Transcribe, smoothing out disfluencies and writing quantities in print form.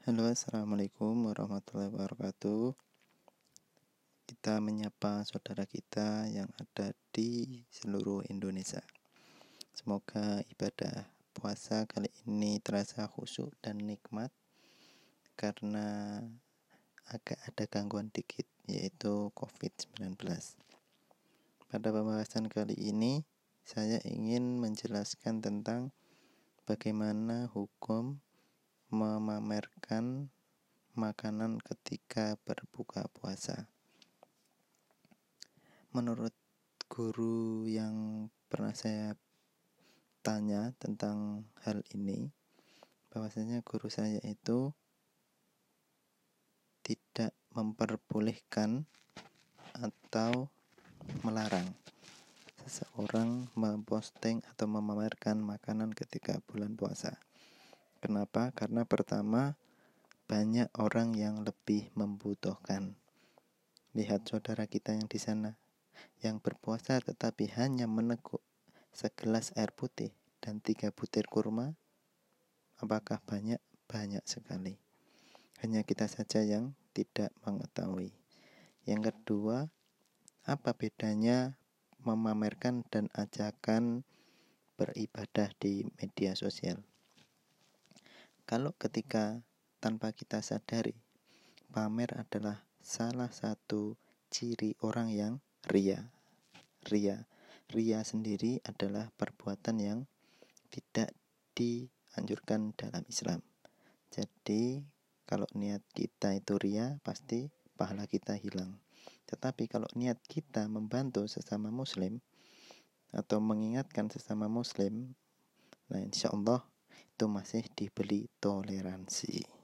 Halo, assalamualaikum warahmatullahi wabarakatuh. Kita menyapa saudara kita yang ada di seluruh Indonesia. Semoga ibadah puasa kali ini terasa khusyuk dan nikmat, karena agak ada gangguan dikit, yaitu COVID-19. Pada pembahasan kali ini, saya ingin menjelaskan tentang bagaimana hukum memamerkan makanan ketika berbuka puasa. Menurut guru yang pernah saya tanya tentang hal ini, bahwasanya guru saya itu tidak memperbolehkan atau melarang seseorang memposting atau memamerkan makanan ketika bulan puasa. Kenapa? Karena pertama, banyak orang yang lebih membutuhkan. Lihat saudara kita yang di sana, yang berpuasa tetapi hanya meneguk segelas air putih dan 3 butir kurma. Apakah banyak? Banyak sekali. Hanya kita saja yang tidak mengetahui. Yang kedua, apa bedanya memamerkan dan ajakan beribadah di media sosial? Kalau ketika tanpa kita sadari, pamer adalah salah satu ciri orang yang ria. Ria sendiri adalah perbuatan yang tidak dianjurkan dalam Islam. Jadi kalau niat kita itu ria, pasti pahala kita hilang. Tetapi kalau niat kita membantu sesama muslim atau mengingatkan sesama muslim, nah insya Allah itu masih diberi toleransi.